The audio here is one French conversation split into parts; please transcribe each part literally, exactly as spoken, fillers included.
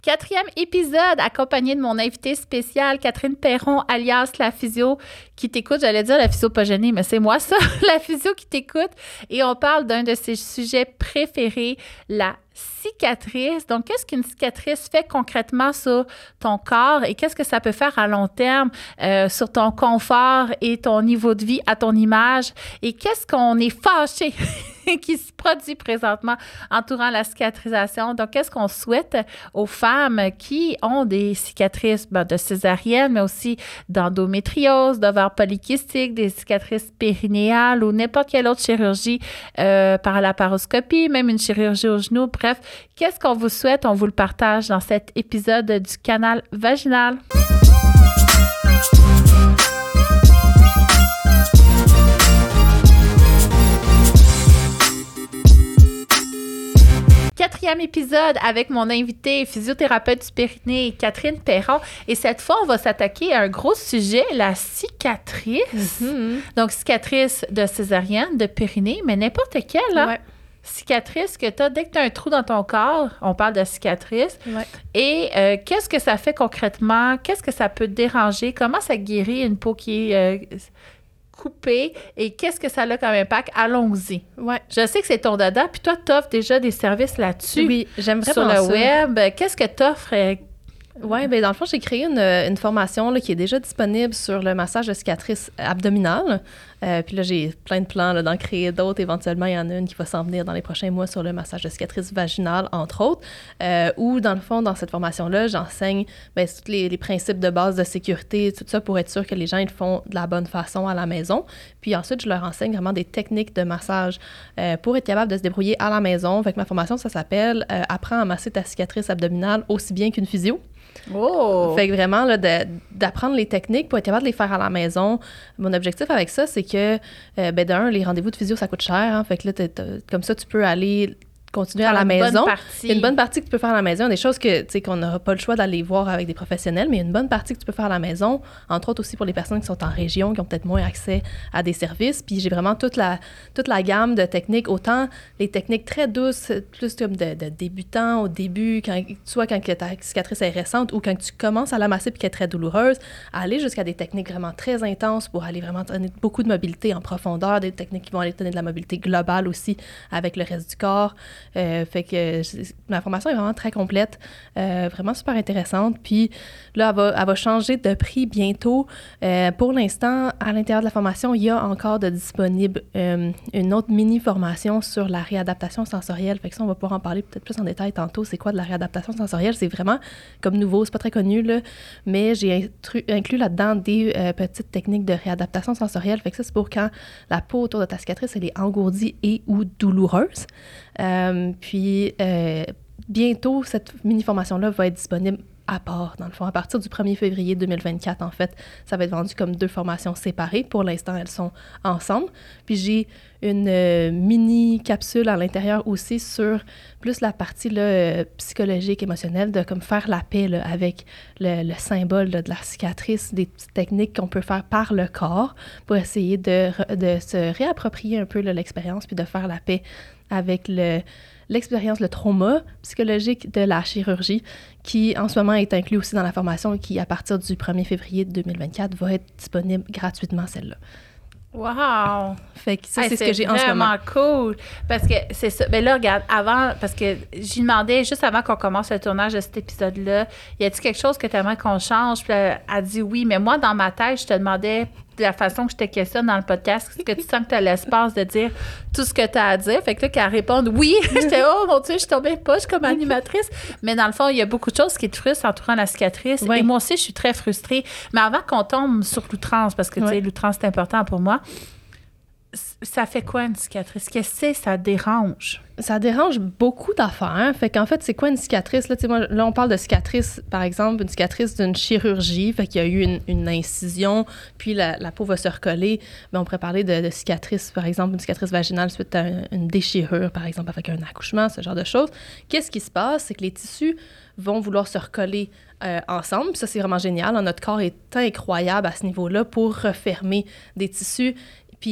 Quatrième épisode, accompagné de mon invité spécial, Catherine Perron, alias la physio qui t'écoute. J'allais dire la physio pas gênée, mais c'est moi ça, la physio qui t'écoute. Et on parle d'un de ses sujets préférés, la cicatrice. Donc, qu'est-ce qu'une cicatrice fait concrètement sur ton corps et qu'est-ce que ça peut faire à long terme euh, sur ton confort et ton niveau de vie à ton image? Et qu'est-ce qu'on est fâché qui se produit présentement entourant la cicatrisation? Donc, qu'est-ce qu'on souhaite aux femmes qui ont des cicatrices ben, de césarienne, mais aussi d'endométriose, d'ovaires polykystiques, des cicatrices périnéales ou n'importe quelle autre chirurgie euh, par laparoscopie, même une chirurgie au genou. Bref, qu'est-ce qu'on vous souhaite? On vous le partage dans cet épisode du Canal Vaginal. Quatrième épisode avec mon invité, physiothérapeute du périnée, Catherine Perron. Et cette fois, on va s'attaquer à un gros sujet, la cicatrice. Mm-hmm. Donc, cicatrice de césarienne, de périnée, mais n'importe quelle. Hein? Ouais. Cicatrice que tu as dès que tu as un trou dans ton corps, on parle de cicatrice. Ouais. Et euh, qu'est-ce que ça fait concrètement? Qu'est-ce que ça peut déranger? Comment ça guérit une peau qui est euh, coupée? Et qu'est-ce que ça a comme impact? Allons-y. Ouais. Je sais que c'est ton dada, puis toi, tu offres déjà des services là-dessus. Oui, j'aime vraiment sur le ça. web. Qu'est-ce que tu offres? Oui, bien, dans le fond, j'ai créé une, une formation là, qui est déjà disponible sur le massage de cicatrice abdominale. Euh, puis là, j'ai plein de plans là, d'en créer d'autres. Éventuellement, il y en a une qui va s'en venir dans les prochains mois sur le massage de cicatrice vaginale, entre autres. Euh, où, dans le fond, dans cette formation-là, j'enseigne bien, tous les, les principes de base de sécurité, tout ça pour être sûr que les gens ils le font de la bonne façon à la maison. Puis ensuite, je leur enseigne vraiment des techniques de massage euh, pour être capable de se débrouiller à la maison. Fait que ma formation, ça s'appelle euh, « Apprends à masser ta cicatrice abdominale aussi bien qu'une physio ». Oh! Fait que vraiment, là, de, d'apprendre les techniques pour être capable de les faire à la maison. Mon objectif avec ça, c'est que, euh, ben d'un, les rendez-vous de physio, ça coûte cher. Hein, fait que là, t'es, t'es, comme ça, tu peux aller continuer à la maison. Il y a une bonne partie que tu peux faire à la maison. Des choses que, tu sais, qu'on n'aura pas le choix d'aller voir avec des professionnels, mais il y a une bonne partie que tu peux faire à la maison, entre autres aussi pour les personnes qui sont en région, qui ont peut-être moins accès à des services. Puis j'ai vraiment toute la, toute la gamme de techniques, autant les techniques très douces, plus comme de, de débutants au début, quand, soit quand ta cicatrice est récente ou quand tu commences à la masser puis qu'elle est très douloureuse, à aller jusqu'à des techniques vraiment très intenses pour aller vraiment donner beaucoup de mobilité en profondeur, des techniques qui vont aller donner de la mobilité globale aussi avec le reste du corps. Euh, fait que ma formation est vraiment très complète, euh, vraiment super intéressante. Puis là, elle va, elle va changer de prix bientôt. Euh, pour l'instant, à l'intérieur de la formation, il y a encore de disponible euh, une autre mini-formation sur la réadaptation sensorielle. Fait que ça, on va pouvoir en parler peut-être plus en détail tantôt. C'est quoi de la réadaptation sensorielle? C'est vraiment comme nouveau, c'est pas très connu, là, mais j'ai intru- inclus là-dedans des euh, petites techniques de réadaptation sensorielle. Fait que ça, c'est pour quand la peau autour de ta cicatrice, elle est engourdie et ou douloureuse. Euh, puis, euh, bientôt, cette mini-formation-là va être disponible à part, dans le fond. À partir du premier février deux mille vingt-quatre, en fait, ça va être vendu comme deux formations séparées. Pour l'instant, elles sont ensemble. Puis, j'ai une euh, mini-capsule à l'intérieur aussi sur plus la partie là, euh, psychologique, émotionnelle, de comme faire la paix là, avec le, le symbole là, de la cicatrice, des petites techniques qu'on peut faire par le corps pour essayer de, de se réapproprier un peu là, l'expérience puis de faire la paix avec le, l'expérience, le trauma psychologique de la chirurgie qui, en ce moment, est inclus aussi dans la formation et qui, à partir du premier février deux mille vingt-quatre, va être disponible gratuitement, celle-là. Wow! Fait que ça, hey, c'est, c'est ce que j'ai en ce moment. C'est vraiment cool. Parce que c'est ça. Mais là, regarde, avant, parce que j'y demandais, juste avant qu'on commence le tournage de cet épisode-là, y a-t-il quelque chose que tu aimerais qu'on change? Puis elle a dit oui. Mais moi, dans ma tête, je te demandais de la façon que je te questionne dans le podcast, est-ce que tu sens que tu as l'espace de dire tout ce que tu as à dire? Fait que là, qu'elle réponde oui, j'étais, oh mon Dieu, je suis tombée poche comme animatrice. Mais dans le fond, il y a beaucoup de choses qui te frustrent entourant la cicatrice. Oui. Et moi aussi, je suis très frustrée. Mais avant qu'on tombe sur l'outrance, parce que tu sais, oui. l'outrance, c'est important pour moi, ça fait quoi une cicatrice? Qu'est-ce que c'est? Ça dérange? Ça dérange beaucoup d'affaires. Fait qu'en fait, c'est quoi une cicatrice? Là, moi, là, on parle de cicatrice, par exemple, une cicatrice d'une chirurgie. Fait qu'il y a eu une, une incision, puis la, la peau va se recoller. Mais on pourrait parler de, de cicatrice, par exemple, une cicatrice vaginale suite à une, une déchirure, par exemple, avec un accouchement, ce genre de choses. Qu'est-ce qui se passe? C'est que les tissus vont vouloir se recoller euh, ensemble. Ça, c'est vraiment génial. Notre corps est incroyable à ce niveau-là pour refermer des tissus. Puis,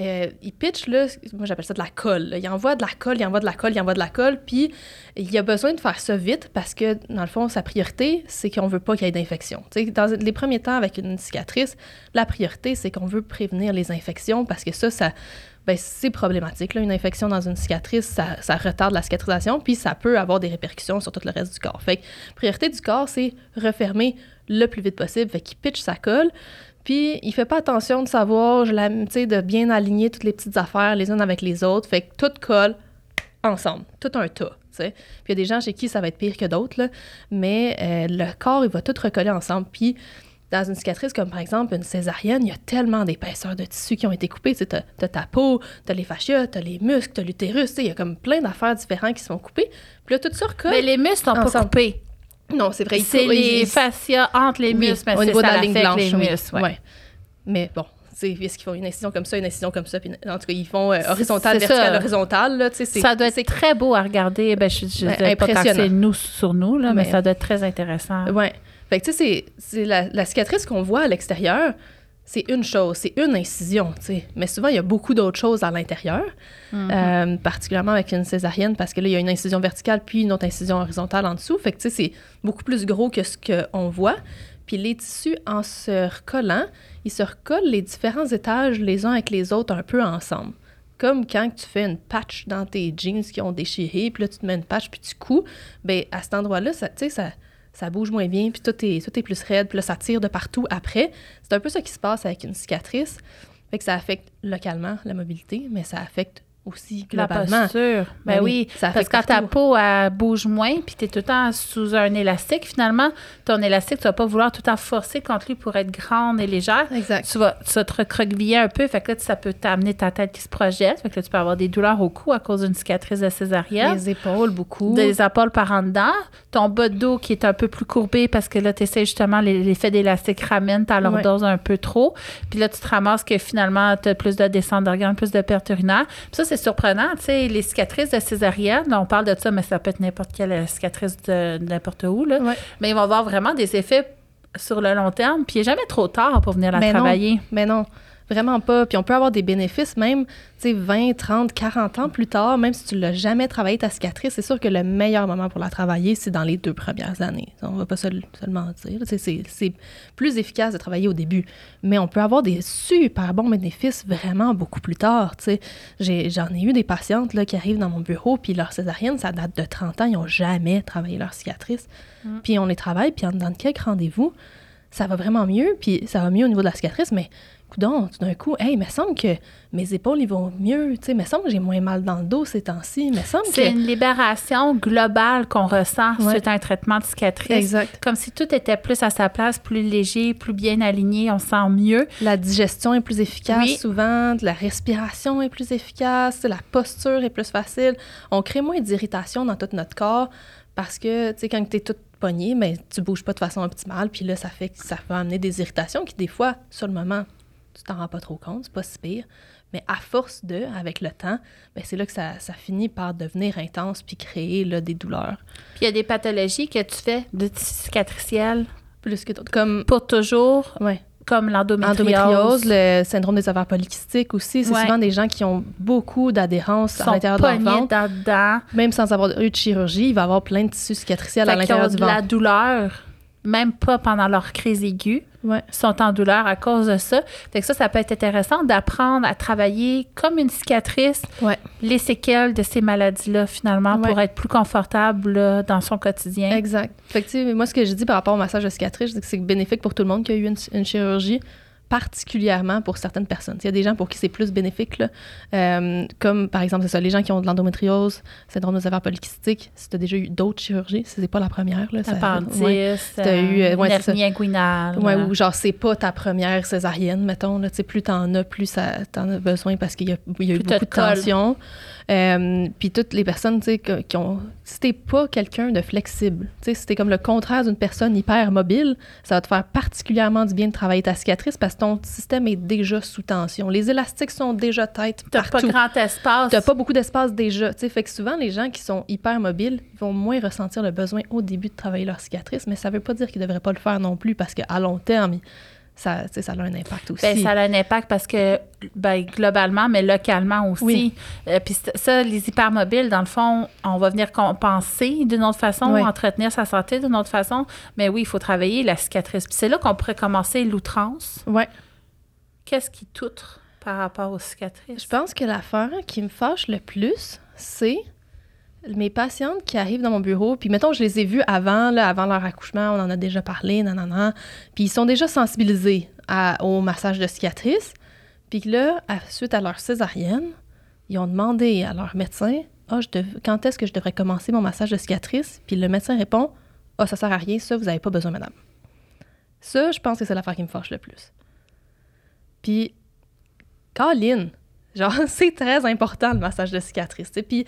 euh, il pitch, là, moi j'appelle ça de la colle. Là. Il envoie de la colle, il envoie de la colle, il envoie de la colle, puis il a besoin de faire ça vite parce que, dans le fond, sa priorité, c'est qu'on veut pas qu'il y ait d'infection. Tu sais, dans les premiers temps, avec une cicatrice, la priorité, c'est qu'on veut prévenir les infections parce que ça, ça ben, c'est problématique. Là. Une infection dans une cicatrice, ça, ça retarde la cicatrisation, puis ça peut avoir des répercussions sur tout le reste du corps. Fait que priorité du corps, c'est refermer le plus vite possible. Fait qu'il pitch sa colle, puis il fait pas attention de savoir, je la, tu sais, de bien aligner toutes les petites affaires les unes avec les autres. Fait que tout colle ensemble, tout un tas. T'sais. Puis il y a des gens chez qui ça va être pire que d'autres, là, mais euh, le corps, il va tout recoller ensemble. Puis dans une cicatrice comme par exemple une césarienne, il y a tellement d'épaisseurs de tissu qui ont été coupées. Tu as, t'as ta peau, tu as les fascias, tu as les muscles, tu as l'utérus. Il y a comme plein d'affaires différentes qui se sont coupées. Puis là, tout ça recolle. Mais les muscles sont pas coupés. Non, c'est vrai. C'est les fascias entre les muscles, oui, mais au niveau de la ligne blanche. Les muscles, oui. Ouais. Mais bon, est-ce qu'ils font une incision comme ça, une incision comme ça, puis en tout cas, ils font euh, horizontale, verticale, horizontale. Là, c'est, ça doit être c'est... très beau à regarder. Ben, je je ouais, pas quand c'est nous sur nous, là, mais, mais ça doit être très intéressant. Oui. Fait que, tu sais, c'est, c'est la, la cicatrice qu'on voit à l'extérieur, c'est une chose, c'est une incision, tu sais. Mais souvent, il y a beaucoup d'autres choses à l'intérieur, mm-hmm. euh, particulièrement avec une césarienne, parce que là, il y a une incision verticale puis une autre incision horizontale en dessous. Fait que, tu sais, c'est beaucoup plus gros que ce qu'on voit. Puis les tissus, en se recollant, ils se recollent les différents étages les uns avec les autres un peu ensemble. Comme quand tu fais une patch dans tes jeans qui ont déchiré, puis là, tu te mets une patch puis tu couds, bien, à cet endroit-là, ça, tu sais, ça... ça bouge moins bien, puis tout est, tout est plus raide, puis là, ça tire de partout après. C'est un peu ça qui se passe avec une cicatrice. Fait que ça affecte localement la mobilité, mais ça affecte aussi globalement. La posture. Ben, ben oui, ça parce que quand ta peau, elle bouge moins, puis tu es tout le temps sous un élastique, finalement, ton élastique, tu vas pas vouloir tout le temps forcer contre lui pour être grande et légère. Exact. Tu vas, tu vas te recroqueviller un peu, fait que là, ça peut t'amener ta tête qui se projette, fait que là, tu peux avoir des douleurs au cou à cause d'une cicatrice de césarienne. Les épaules, beaucoup. Des épaules par en dedans. Ton bas de dos qui est un peu plus courbé parce que là, tu essaies justement, l'effet d'élastique ramène ta lordose ouais. un peu trop. Puis là, tu te ramasses que finalement, tu as plus de descente d'organes, plus de perte urinaire. Puis ça, c'est surprenant, tu sais, les cicatrices de césarienne, là, on parle de ça, mais ça peut être n'importe quelle cicatrice de, de n'importe où, là. Ouais. Mais ils vont avoir vraiment des effets sur le long terme, puis il n'est jamais trop tard pour venir la mais travailler. Non, mais non, vraiment pas. Puis on peut avoir des bénéfices même, tu sais, vingt, trente, quarante ans plus tard, même si tu ne l'as jamais travaillé ta cicatrice, c'est sûr que le meilleur moment pour la travailler, c'est dans les deux premières années. On ne va pas se, se le mentir. C'est, c'est, c'est plus efficace de travailler au début. Mais on peut avoir des super bons bénéfices vraiment beaucoup plus tard. Tu sais. J'ai, j'en ai eu des patientes là, qui arrivent dans mon bureau, puis leur césarienne, ça date de trente ans, ils n'ont jamais travaillé leur cicatrice. Mm. Puis on les travaille, puis en dedans de quelques rendez-vous, ça va vraiment mieux, puis ça va mieux au niveau de la cicatrice, mais coudonc, tout d'un coup, hey, il me semble que mes épaules, ils vont mieux, tu sais, il me semble que j'ai moins mal dans le dos ces temps-ci, il me semble c'est que... une libération globale qu'on ressent ouais. suite à un traitement de cicatrice. Exact. Comme si tout était plus à sa place, plus léger, plus bien aligné, on se sent mieux. La digestion est plus efficace oui. souvent, la respiration est plus efficace, la posture est plus facile. On crée moins d'irritation dans tout notre corps parce que, tu sais, quand tu es toute pognée, mais tu bouges pas de façon optimale, puis là, ça fait que ça peut amener des irritations qui, des fois, sur le moment, tu t'en rends pas trop compte, c'est pas si pire. Mais à force de, avec le temps, ben c'est là que ça, ça finit par devenir intense puis créer là, des douleurs. Puis il y a des pathologies que tu fais de cicatricielles. Plus que d'autres. Comme... Pour toujours. Oui. Comme l'endométriose. L'endométriose, le syndrome des ovaires polykystiques aussi. C'est ouais. souvent des gens qui ont beaucoup d'adhérence à l'intérieur de leur ventre. Dedans. Même sans avoir eu de chirurgie, il va y avoir plein de tissus cicatriciels à l'intérieur du ventre. La douleur, même pas pendant leur crise aiguë, ouais. sont en douleur à cause de ça. Fait que ça, ça peut être intéressant d'apprendre à travailler comme une cicatrice ouais. les séquelles de ces maladies-là, finalement, ouais. pour être plus confortable là, dans son quotidien. Exact. Fait que, tu sais, moi, ce que je dis par rapport au massage de cicatrice, je dis que c'est bénéfique pour tout le monde qui a eu une, une chirurgie, particulièrement pour certaines personnes. Il y a des gens pour qui c'est plus bénéfique, là. Euh, comme par exemple, c'est ça, les gens qui ont de l'endométriose, syndrome des ovaires polykystiques, si tu as déjà eu d'autres chirurgies, c'est pas la première. Là, Appendix, ouais, si t'as eu euh, ouais, une hernie inguinale. Ouais, ou genre, c'est pas ta première césarienne, mettons. Là, plus t'en as, plus ça, t'en as besoin parce qu'il y a, il y a eu beaucoup de tension. Euh, puis toutes les personnes, tu sais, qui ont... Si t'es pas quelqu'un de flexible, tu sais, si t'es comme le contraire d'une personne hyper mobile, ça va te faire particulièrement du bien de travailler ta cicatrice parce que ton système est déjà sous tension. Les élastiques sont déjà têtes partout. T'as pas grand espace. T'as pas beaucoup d'espace déjà, tu sais. Fait que souvent, les gens qui sont hyper mobiles vont moins ressentir le besoin au début de travailler leur cicatrice, mais ça veut pas dire qu'ils devraient pas le faire non plus parce qu'à long terme, ça, ça a un impact aussi. Bien, ça a un impact parce que, ben, globalement, mais localement aussi. Oui. Euh, puis ça, les hypermobiles, dans le fond, on va venir compenser d'une autre façon, oui. entretenir sa santé d'une autre façon. Mais oui, il faut travailler la cicatrice. Puis c'est là qu'on pourrait commencer l'outrance. Oui. Qu'est-ce qui t'outre par rapport aux cicatrices? Je pense que l'affaire qui me fâche le plus, c'est mes patientes qui arrivent dans mon bureau, puis mettons, je les ai vues avant, là, avant leur accouchement, on en a déjà parlé, nanana, puis ils sont déjà sensibilisés à, au massage de cicatrices, puis là, à, suite à leur césarienne, ils ont demandé à leur médecin, ah, oh, quand est-ce que je devrais commencer mon massage de cicatrices? Puis le médecin répond, ah, oh, ça sert à rien, ça, vous n'avez pas besoin, madame. Ça, je pense que c'est l'affaire qui me fâche le plus. Puis, Colin, genre, c'est très important, le massage de cicatrices, tu sais, puis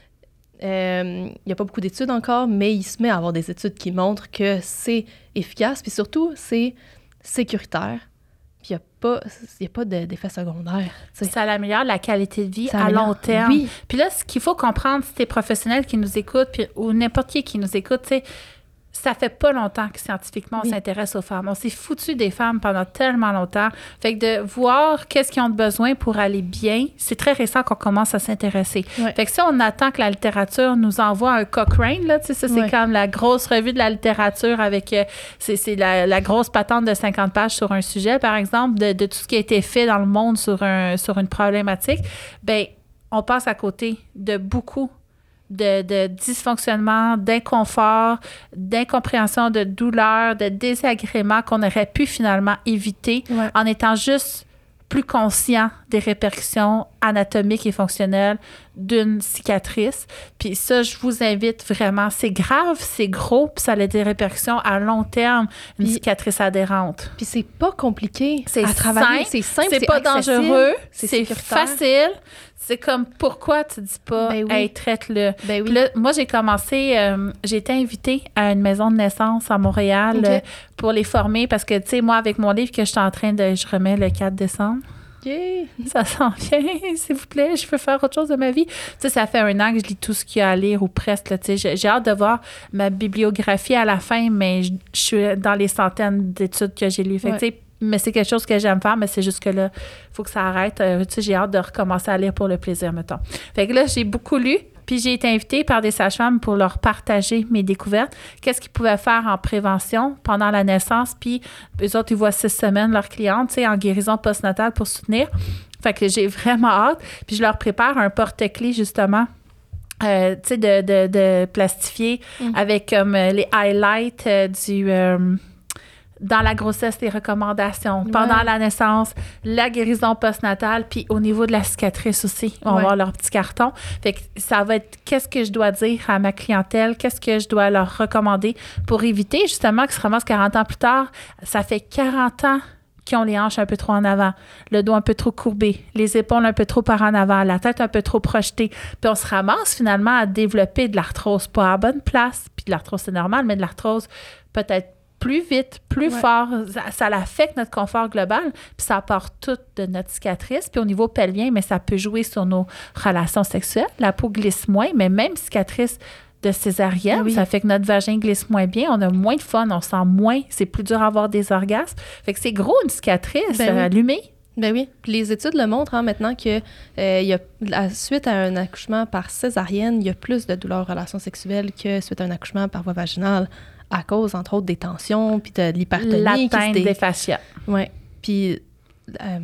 il euh, n'y a pas beaucoup d'études encore, mais il se met à avoir des études qui montrent que c'est efficace, puis surtout, c'est sécuritaire, puis il n'y a pas, y a pas de, d'effet secondaire. T'sais. Ça améliore la qualité de vie à long terme. Oui. Puis là, ce qu'il faut comprendre, si t'es professionnel qui nous écoute, puis, ou n'importe qui qui nous écoute, tu sais, ça fait pas longtemps que scientifiquement, on oui. s'intéresse aux femmes. On s'est foutu des femmes pendant tellement longtemps. Fait que de voir qu'est-ce qu'ils ont de besoin pour aller bien, c'est très récent qu'on commence à s'intéresser. Ouais. Fait que si on attend que la littérature nous envoie un Cochrane, là, tu sais, ça, c'est ouais. comme la grosse revue de la littérature avec, euh, c'est, c'est la, la grosse patente de cinquante pages sur un sujet, par exemple, de, de tout ce qui a été fait dans le monde sur, un, sur une problématique, bien, on passe à côté de beaucoup De, de dysfonctionnement, d'inconfort, d'incompréhension, de douleur, de désagréments qu'on aurait pu finalement éviter ouais. en étant juste plus conscient des répercussions anatomiques et fonctionnelles d'une cicatrice. Puis ça, je vous invite vraiment. C'est grave, c'est gros, puis ça a des répercussions à long terme, une puis, cicatrice adhérente. Puis c'est pas compliqué c'est à travailler. Simple, c'est simple, c'est, c'est pas accessible, dangereux, c'est, c'est facile. C'est comme, pourquoi tu dis pas, ben oui. hey, traite-le. Ben oui. Puis là, moi, j'ai commencé, euh, j'ai été invitée à une maison de naissance à Montréal okay. euh, pour les former parce que, tu sais, moi, avec mon livre que je suis en train de, je remets le quatre décembre. Yeah. Ça s'en vient, s'il vous plaît, je veux faire autre chose de ma vie. Tu sais, ça fait un an que je lis tout ce qu'il y a à lire ou presque. Là, tu sais, j'ai, j'ai hâte de voir ma bibliographie à la fin, mais je, je suis dans les centaines d'études que j'ai lues. Fait que, tu sais, mais c'est quelque chose que j'aime faire, mais c'est juste que là, il faut que ça arrête. Euh, tu sais, j'ai hâte de recommencer à lire pour le plaisir, mettons. Fait que là, j'ai beaucoup lu, puis j'ai été invitée par des sages-femmes pour leur partager mes découvertes. Qu'est-ce qu'ils pouvaient faire en prévention pendant la naissance, puis eux autres, ils voient six semaines leurs clientes, tu sais, en guérison postnatale pour soutenir. Fait que j'ai vraiment hâte. Puis je leur prépare un porte-clés, justement, euh, tu sais, de, de, de plastifier mm. avec comme euh, les highlights euh, du... Euh, dans la grossesse, les recommandations, pendant ouais. la naissance, la guérison postnatale, puis au niveau de la cicatrice aussi, on ouais. va avoir leur petit carton. Fait que ça va être qu'est-ce que je dois dire à ma clientèle, qu'est-ce que je dois leur recommander pour éviter justement qu'ils se ramassent quarante ans plus tard. Ça fait quarante ans qui ont les hanches un peu trop en avant, le dos un peu trop courbé, les épaules un peu trop par en avant, la tête un peu trop projetée. Puis on se ramasse finalement à développer de l'arthrose pas à la bonne place. Puis de l'arthrose, c'est normal, mais de l'arthrose peut-être plus vite, plus ouais. fort. Ça, ça affecte notre confort global, puis ça apporte tout de notre cicatrice. Puis au niveau pelvien, mais ça peut jouer sur nos relations sexuelles. La peau glisse moins, mais même cicatrice de césarienne, oui. ça fait que notre vagin glisse moins bien, on a moins de fun, on sent moins, c'est plus dur à avoir des orgasmes. Fait que c'est gros une cicatrice ben oui. allumée. Ben oui. Puis les études le montrent hein, maintenant que euh, y a, à, suite à un accouchement par césarienne, il y a plus de douleurs aux relations sexuelles que suite à un accouchement par voie vaginale, à cause, entre autres, des tensions, puis de l'hypertonie. L'atteinte dé... des fascias. Oui. Puis, euh,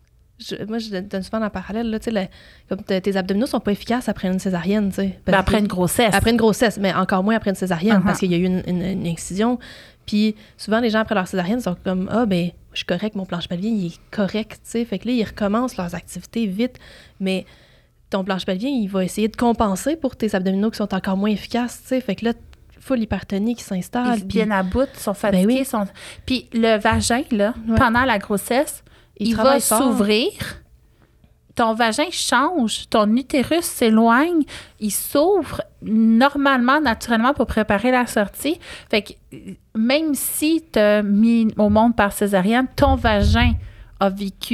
je, moi, je donne souvent en parallèle, là, tu sais, comme tes abdominaux sont pas efficaces après une césarienne, tu sais. Ben après une grossesse. Après une grossesse, mais encore moins après une césarienne, uh-huh. parce qu'il y a eu une, une, une incision. Puis, souvent, les gens, après leur césarienne, sont comme, ah, ben, je suis correct, mon planche pelvien, il est correct, tu sais. Fait que là, ils recommencent leurs activités vite, mais ton planche pelvien, il va essayer de compenser pour tes abdominaux qui sont encore moins efficaces, tu sais. Fait que là, full hypertonie qui s'installe. Ils viennent à bout, sont fatigués. Ben oui. sont... Puis le vagin, là, ouais. pendant la grossesse, il, il va fort. s'ouvrir. Ton vagin change, ton utérus s'éloigne, il s'ouvre normalement, naturellement pour préparer la sortie. Fait que même si tu as mis au monde par césarienne, ton vagin a vécu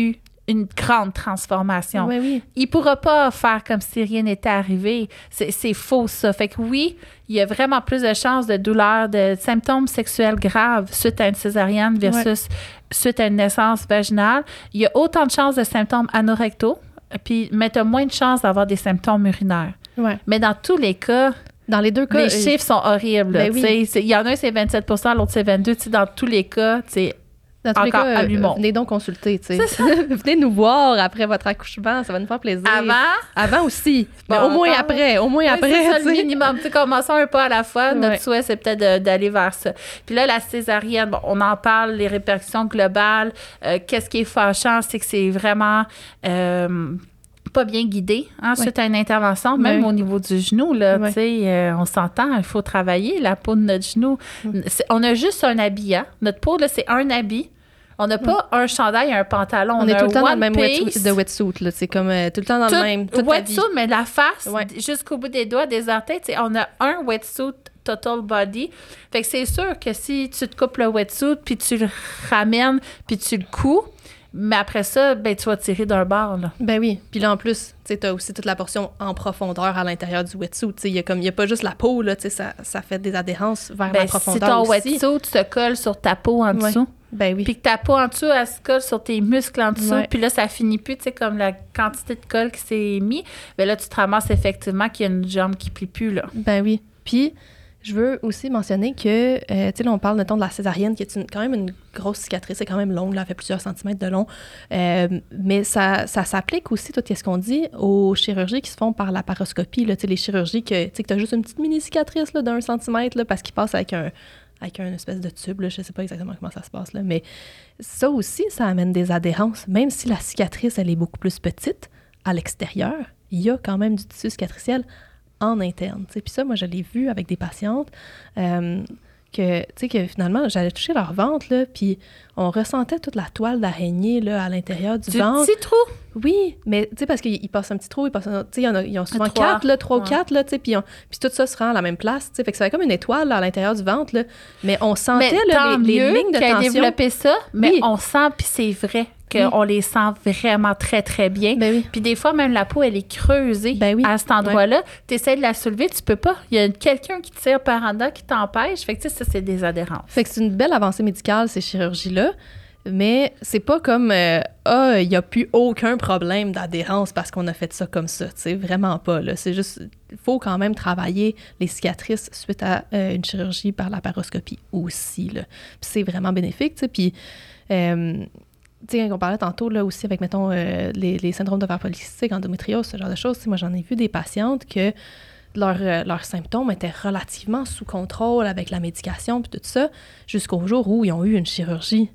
une grande transformation. Oui, oui. Il pourra pas faire comme si rien n'était arrivé. C'est, c'est faux, ça. Fait que oui, il y a vraiment plus de chances de douleurs, de symptômes sexuels graves suite à une césarienne versus ouais. suite à une naissance vaginale. Il y a autant de chances de symptômes anorectaux, puis, mais tu as moins de chances d'avoir des symptômes urinaires. Ouais. Mais dans tous les cas, dans les deux cas, les chiffres sont horribles. Ben oui. Il y en a un, c'est vingt-sept pour cent, l'autre, c'est vingt-deux pour cent. Dans tous les cas, c'est Dans tous encore les cas, à l'humour. Euh, venez donc consulter, tu sais. Venez nous voir après votre accouchement, ça va nous faire plaisir. Avant? Avant aussi. Bon, mais au moins encore. après, au moins oui, après. C'est ça le minimum. Tu sais, commençons un pas à la fois. Notre ouais. souhait, c'est peut-être de, d'aller vers ça. Puis là, la césarienne, bon, on en parle, les répercussions globales. Euh, qu'est-ce qui est fâchant, c'est que c'est vraiment... Euh, pas bien guidé hein, suite ouais. à une intervention, même ouais. au niveau du genou, là, ouais. tu sais, euh, on s'entend, il faut travailler la peau de notre genou. Mm. On a juste un habit, hein. Notre peau, là, c'est un habit. On n'a pas mm. un chandail et un pantalon. On, on est tout le temps dans le même wetsuit, de wetsuit, là. C'est comme euh, tout le temps dans tout, le même. Wetsuit, mais la face, ouais. jusqu'au bout des doigts, des orteils, tu sais, on a un wetsuit total body. Fait que c'est sûr que si tu te coupes le wetsuit, puis tu le ramènes, puis tu le couds, mais après ça, ben, tu vas tirer d'un bord, là. Ben oui. Puis là, en plus, tu as aussi toute la portion en profondeur à l'intérieur du wetsuit. Il n'y a, a pas juste la peau, là, ça, ça fait des adhérences vers ben, la profondeur aussi. Si ton wetsuit se colle sur ta peau en dessous, ouais. ben oui. puis que ta peau en dessous, elle se colle sur tes muscles en dessous, ouais. puis là, ça finit plus, tu sais, comme la quantité de colle qui s'est mise, ben là, tu te ramasses effectivement qu'il y a une jambe qui plie plus, là. Ben oui. Puis... je veux aussi mentionner que, euh, tu sais, là, on parle, mettons, de la césarienne, qui est une, quand même une grosse cicatrice, c'est quand même longue, là, elle fait plusieurs centimètres de long, euh, mais ça, ça s'applique aussi, tout ce qu'on dit, aux chirurgies qui se font par laparoscopie, là, tu sais, les chirurgies que, tu sais, que t'as juste une petite mini-cicatrice, là, d'un centimètre, là, parce qu'ils passent avec un, avec un espèce de tube, là, je sais pas exactement comment ça se passe, là, mais ça aussi, ça amène des adhérences, même si la cicatrice, elle est beaucoup plus petite, à l'extérieur, il y a quand même du tissu cicatriciel en interne. Puis ça, moi, je l'ai vu avec des patientes euh, que, tu sais, que finalement, j'allais toucher leur ventre, là, puis on ressentait toute la toile d'araignée, là, à l'intérieur du, du ventre. Du petit trou? Oui, mais, tu sais, parce qu'ils passent un petit trou, ils passent, tu sais, ils, ils ont souvent quatre, là, trois ou ouais. quatre, là, tu sais, puis tout ça se rend à la même place, tu sais, fait que ça avait comme une étoile, là, à l'intérieur du ventre, là, mais on sentait, mais là, les, les lignes de tension. Mais développé ça, mais oui. on sent, puis c'est vrai qu'on oui. les sent vraiment très, très bien. Ben oui. Puis des fois, même la peau, elle est creusée ben oui. à cet endroit-là. Ouais. Tu essaies de la soulever, tu peux pas. Il y a quelqu'un qui tire par en dedans, qui t'empêche. Fait que, tu sais, ça, c'est des adhérences. Fait que c'est une belle avancée médicale, ces chirurgies-là. Mais c'est pas comme euh, ah, il n'y a plus aucun problème d'adhérence parce qu'on a fait ça comme ça. Tu sais, vraiment pas. Là. C'est juste, il faut quand même travailler les cicatrices suite à euh, une chirurgie par laparoscopie aussi. Là. Puis c'est vraiment bénéfique. Tu sais, puis. Euh, tu sais, on parlait tantôt, là, aussi, avec, mettons, euh, les, les syndromes d'ovaires polycystiques, endométriose, ce genre de choses. Moi, j'en ai vu des patientes que leurs euh, leurs symptômes étaient relativement sous contrôle avec la médication puis tout ça, jusqu'au jour où ils ont eu une chirurgie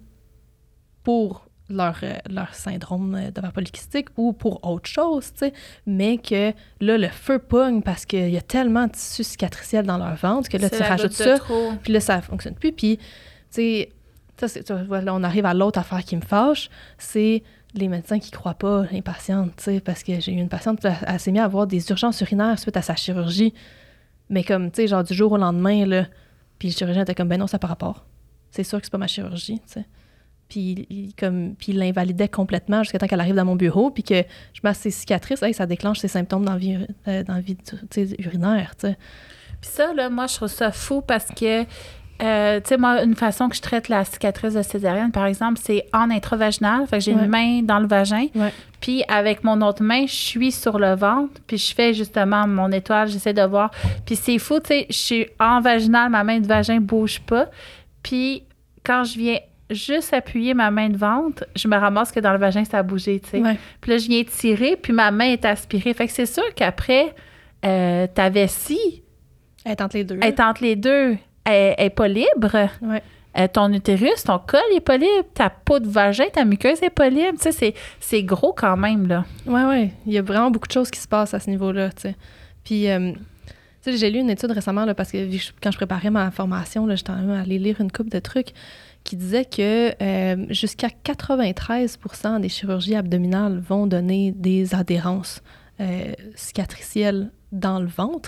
pour leur, euh, leur syndrome d'ovaires polycystiques ou pour autre chose, tu sais, mais que là, le feu pogne parce qu'il y a tellement de tissu cicatriciel dans leur ventre que là, c'est tu rajoutes ça, trop. Puis là, ça ne fonctionne plus. Puis, tu sais, ça, c'est, tu vois, là, on arrive à l'autre affaire qui me fâche, c'est les médecins qui ne croient pas les patientes, tu sais, parce que j'ai eu une patiente, elle, elle s'est mise à avoir des urgences urinaires suite à sa chirurgie, mais comme, tu sais, genre du jour au lendemain, là, puis le chirurgien était comme, ben non, ça n'a pas rapport. C'est sûr que c'est pas ma chirurgie, tu sais. Puis il, comme, puis il l'invalidait complètement jusqu'à temps qu'elle arrive dans mon bureau, puis que je masse ses cicatrices, hey, ça déclenche ses symptômes dans la vie, euh, dans la vie urinaire, tu sais. Puis ça, là, moi, je trouve ça fou parce que Euh, tu sais, moi, une façon que je traite la cicatrice de césarienne, par exemple, c'est en intravaginal. Fait que j'ai ouais. une main dans le vagin. Ouais. Puis avec mon autre main, je suis sur le ventre. Puis je fais justement mon étoile, j'essaie de voir. Puis c'est fou, tu sais, je suis en vaginal, ma main de vagin bouge pas. Puis quand je viens juste appuyer ma main de ventre, je me ramasse que dans le vagin, ça a bougé, tu sais. Ouais. Puis là, je viens tirer, puis ma main est aspirée. Fait que c'est sûr qu'après, euh, ta vessie... Elle est entre les deux. Elle est entre les deux. Elle n'est pas libre. Ouais. Euh, ton utérus, ton col n'est pas libre. Ta peau de vagin, ta muqueuse n'est pas libre. Tu sais, c'est, c'est gros quand même, là. Oui, oui. Il y a vraiment beaucoup de choses qui se passent à ce niveau-là, tu sais. Puis, euh, tu sais, j'ai lu une étude récemment, là, parce que quand je préparais ma formation, là, j'étais allée lire une couple de trucs qui disaient que euh, jusqu'à quatre-vingt-treize pour cent des chirurgies abdominales vont donner des adhérences euh, cicatricielles dans le ventre.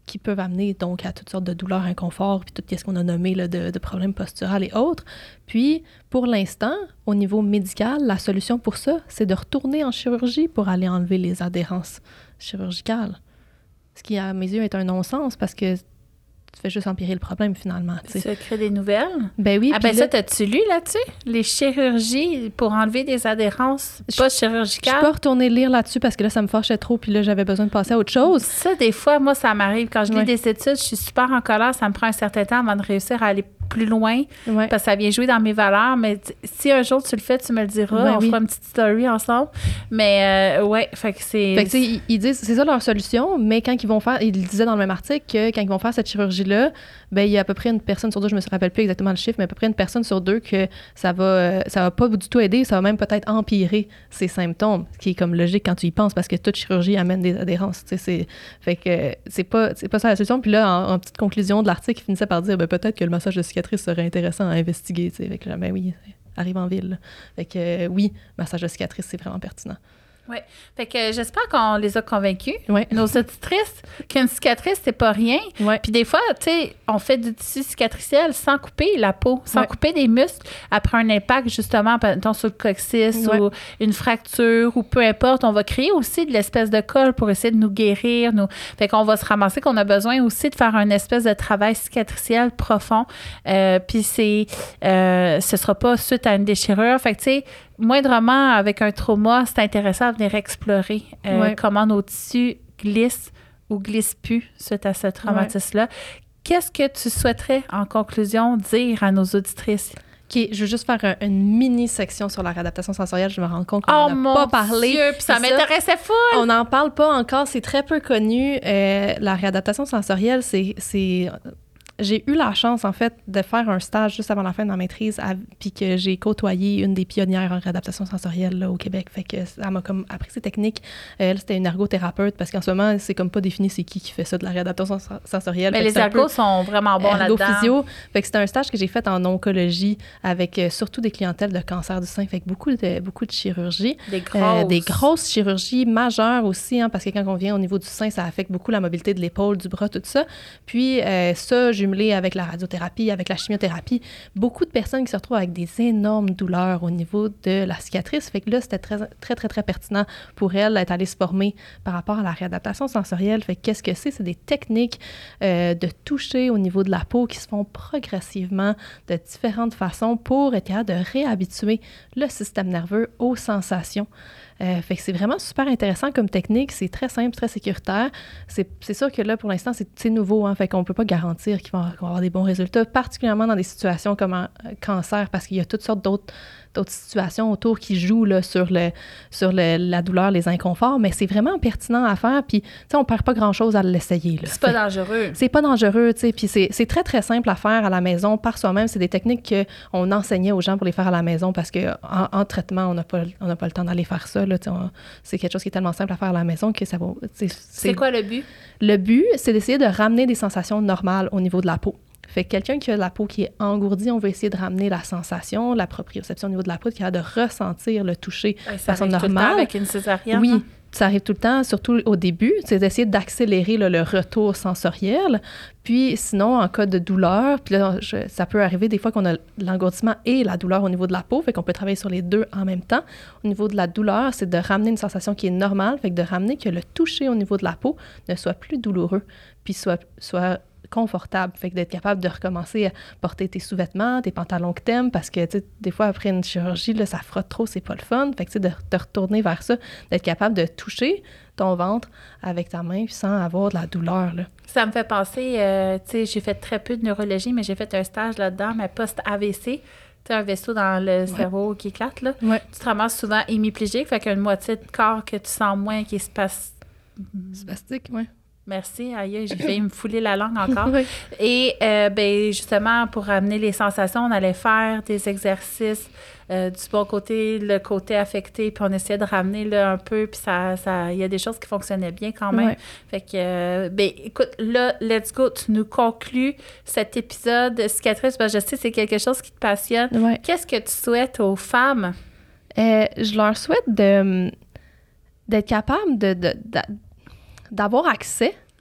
qui peuvent amener donc à toutes sortes de douleurs, inconfort, puis tout ce qu'on a nommé là, de, de problèmes posturaux et autres. Puis, pour l'instant, au niveau médical, la solution pour ça, c'est de retourner en chirurgie pour aller enlever les adhérences chirurgicales. Ce qui, à mes yeux, est un non-sens parce que tu fais juste empirer le problème, finalement. Tu sais. crées des nouvelles? Ben oui. Ah ben là, ça, t'as-tu lu là-dessus? Les chirurgies pour enlever des adhérences pas chirurgicales? Je peux pas retourner lire là-dessus parce que là, ça me fâchait trop puis là, j'avais besoin de passer à autre chose. Ça, des fois, moi, ça m'arrive. Quand je lis ouais. des études, je suis super en colère. Ça me prend un certain temps avant de réussir à aller plus loin ouais. parce que ça vient jouer dans mes valeurs. Mais t- si un jour tu le fais, tu me le diras. Ben on oui. fera une petite story ensemble. Mais euh, ouais, fait que c'est... Fait que, tu sais, ils, ils disent, c'est ça leur solution, mais quand ils vont faire, ils disaient dans le même article que quand ils vont faire cette chirurgie-là, ben il y a à peu près une personne sur deux, je me rappelle plus exactement le chiffre, mais à peu près une personne sur deux que ça va, euh, ça va pas du tout aider, ça va même peut-être empirer ces symptômes, ce qui est comme logique quand tu y penses, parce que toute chirurgie amène des adhérences, tu sais, c'est, fait que c'est pas, c'est pas ça la solution. Puis là, en, en petite conclusion de l'article, ils finissaient par dire, ben peut-être que le massage de cicatrice serait intéressant à investiguer, tu sais, fait que là, ben oui, arrive en ville, là. Fait que euh, oui, massage de cicatrice, c'est vraiment pertinent. Oui. Fait que j'espère qu'on les a convaincus. Ouais. Nos auditrices, qu'une cicatrice, c'est pas rien. Ouais. Puis des fois, tu sais, on fait du tissu cicatriciel sans couper la peau, sans ouais. couper des muscles après un impact, justement, mettons, sur le coccyx ouais. ou une fracture ou peu importe. On va créer aussi de l'espèce de colle pour essayer de nous guérir. Nous... Fait qu'on va se ramasser qu'on a besoin aussi de faire un espèce de travail cicatriciel profond. Euh, puis c'est... Euh, ce sera pas suite à une déchirure. Fait que, tu sais, moindrement, avec un trauma, c'est intéressant de venir explorer euh, ouais. comment nos tissus glissent ou glissent plus suite à ce traumatisme-là. Ouais. Qu'est-ce que tu souhaiterais, en conclusion, dire à nos auditrices? OK, je veux juste faire un, une mini-section sur la réadaptation sensorielle. Je me rends compte qu'on oh n'en a pas parlé. Dieu, puis ça m'intéressait full! On n'en parle pas encore, c'est très peu connu. Euh, la réadaptation sensorielle, c'est... c'est j'ai eu la chance, en fait, de faire un stage juste avant la fin de ma maîtrise, puis que j'ai côtoyé une des pionnières en réadaptation sensorielle là, au Québec. Fait que ça m'a comme appris ces techniques. Elle, c'était une ergothérapeute, parce qu'en ce moment, c'est comme pas défini c'est qui qui fait ça, de la réadaptation sensorielle. Mais les ergos sont vraiment bons là-dedans. Ergo-physio. Fait que c'était un stage que j'ai fait en oncologie avec euh, surtout des clientèles de cancer du sein. Fait que beaucoup de, beaucoup de chirurgie. Des grosses. Euh, des grosses chirurgies majeures aussi, hein, parce que quand on vient au niveau du sein, ça affecte beaucoup la mobilité de l'épaule, du bras, tout ça. Puis euh, ça, jumelé avec la radiothérapie, avec la chimiothérapie, beaucoup de personnes qui se retrouvent avec des énormes douleurs au niveau de la cicatrice. Fait que là, c'était très, très, très, très pertinent pour elle d'être allée se former par rapport à la réadaptation sensorielle. Fait que qu'est-ce que c'est? C'est des techniques euh, de toucher au niveau de la peau qui se font progressivement de différentes façons pour être capable de réhabituer le système nerveux aux sensations. Euh, fait que c'est vraiment super intéressant comme technique. C'est très simple, très sécuritaire. C'est, c'est sûr que là, pour l'instant, c'est, c'est nouveau. Hein, fait qu'on ne peut pas garantir qu'il va, qu'on va avoir des bons résultats, particulièrement dans des situations comme un cancer, parce qu'il y a toutes sortes d'autres, d'autres situations autour qui jouent là, sur, le, sur le, la douleur, les inconforts. Mais c'est vraiment pertinent à faire. Puis, tu sais, on ne perd pas grand-chose à l'essayer. Là. C'est pas dangereux. C'est pas dangereux, tu sais. Puis c'est, c'est très, très simple à faire à la maison par soi-même. C'est des techniques qu'on enseignait aux gens pour les faire à la maison parce qu'en en traitement, on n'a pas, on n'a pas le temps d'aller faire ça. Là, on, c'est quelque chose qui est tellement simple à faire à la maison que ça va... C'est, c'est, c'est quoi le but? Le but, c'est d'essayer de ramener des sensations normales au niveau de la peau. Fait que quelqu'un qui a la peau qui est engourdie, on va essayer de ramener la sensation, la proprioception au niveau de la peau, qui a de ressentir le toucher ouais, de façon normale. Ça arrive tout le temps avec une césarienne? Oui. Hein? Ça arrive tout le temps, surtout au début, c'est d'essayer d'accélérer là, le retour sensoriel. Puis sinon, en cas de douleur, puis là, je, ça peut arriver des fois qu'on a l'engourdissement et la douleur au niveau de la peau, fait qu'on peut travailler sur les deux en même temps. Au niveau de la douleur, c'est de ramener une sensation qui est normale, fait que de ramener que le toucher au niveau de la peau ne soit plus douloureux, puis soit, soit confortable. Fait que d'être capable de recommencer à porter tes sous-vêtements, tes pantalons que t'aimes, parce que, tu sais, des fois, après une chirurgie, là, ça frotte trop, c'est pas le fun. Fait que, tu sais, de te retourner vers ça, d'être capable de toucher ton ventre avec ta main sans avoir de la douleur, là. Ça me fait penser, euh, tu sais, j'ai fait très peu de neurologie, mais j'ai fait un stage là-dedans, mais post-A V C. Tu as un vaisseau dans le ouais. cerveau qui éclate, là. Ouais. Tu te ramasses souvent hémiplégique, fait qu'une moitié de corps que tu sens moins qui est spas... spastique, oui. Merci, aïe, j'ai failli me fouler la langue encore. Oui. Et euh, ben, justement, pour amener les sensations, on allait faire des exercices euh, du bon côté, le côté affecté, puis on essayait de ramener là, un peu, puis ça, ça, il y a des choses qui fonctionnaient bien quand même. Ouais. Fait que, euh, ben, écoute, là, let's go, tu nous conclus cet épisode cicatrice, parce que je sais que c'est quelque chose qui te passionne. Ouais. Qu'est-ce que tu souhaites aux femmes? Euh, je leur souhaite de, d'être capable de, de, de d'avoir accès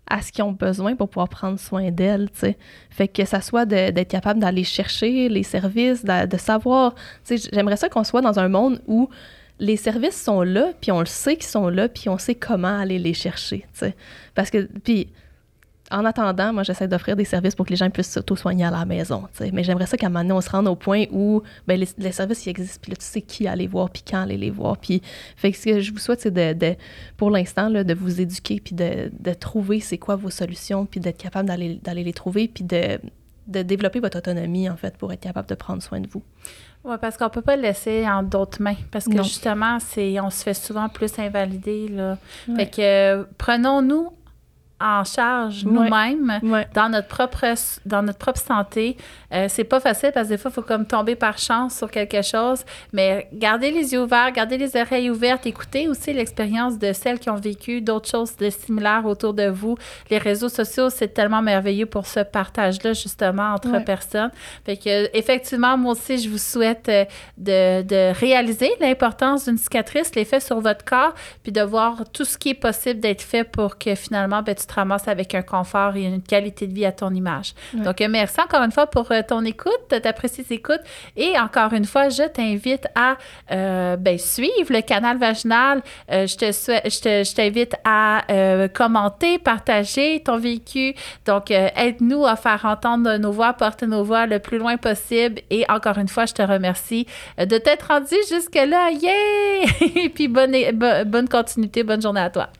à ce qu'ils ont besoin pour pouvoir prendre soin d'elles, tu sais. Fait que ça soit de, d'être capable d'aller chercher les services, de, de savoir, tu sais, j'aimerais ça qu'on soit dans un monde où les services sont là, puis on le sait qu'ils sont là, puis on sait comment aller les chercher, tu sais. Parce que, puis en attendant, moi, j'essaie d'offrir des services pour que les gens puissent s'auto-soigner à la maison, tu sais. Mais j'aimerais ça qu'à un moment donné, on se rende au point où ben, les, les services, ils existent, puis là, tu sais qui aller voir, puis quand aller les voir. Puis, fait que ce que je vous souhaite, c'est de, de pour l'instant, là, de vous éduquer, puis de, de trouver c'est quoi vos solutions, puis d'être capable d'aller, d'aller les trouver, puis de, de développer votre autonomie, en fait, pour être capable de prendre soin de vous. Oui, parce qu'on ne peut pas le laisser en d'autres mains. Parce que non. justement, c'est, on se fait souvent plus invalider, là. Ouais. Fait que euh, prenons-nous en charge nous-mêmes, ouais. dans notre propre dans notre propre santé. Euh, c'est pas facile parce que des fois, il faut comme tomber par chance sur quelque chose, mais gardez les yeux ouverts, gardez les oreilles ouvertes, écoutez aussi l'expérience de celles qui ont vécu d'autres choses de similaires autour de vous. Les réseaux sociaux, c'est tellement merveilleux pour ce partage-là, justement, entre ouais. personnes. Fait que, effectivement, moi aussi, je vous souhaite de, de réaliser l'importance d'une cicatrice, l'effet sur votre corps, puis de voir tout ce qui est possible d'être fait pour que finalement, ben, tu te ramasses avec un confort et une qualité de vie à ton image. Ouais. Donc, merci encore une fois pour euh, ton écoute, ta précise écoute. Et encore une fois, je t'invite à euh, ben, suivre le canal vaginal. Euh, je, te souhaite, je, te, je t'invite à euh, commenter, partager ton vécu. Donc, euh, aide-nous à faire entendre nos voix, porter nos voix le plus loin possible. Et encore une fois, je te remercie de t'être rendu jusque-là. Yeah! Et puis, bonne, bonne continuité, bonne journée à toi.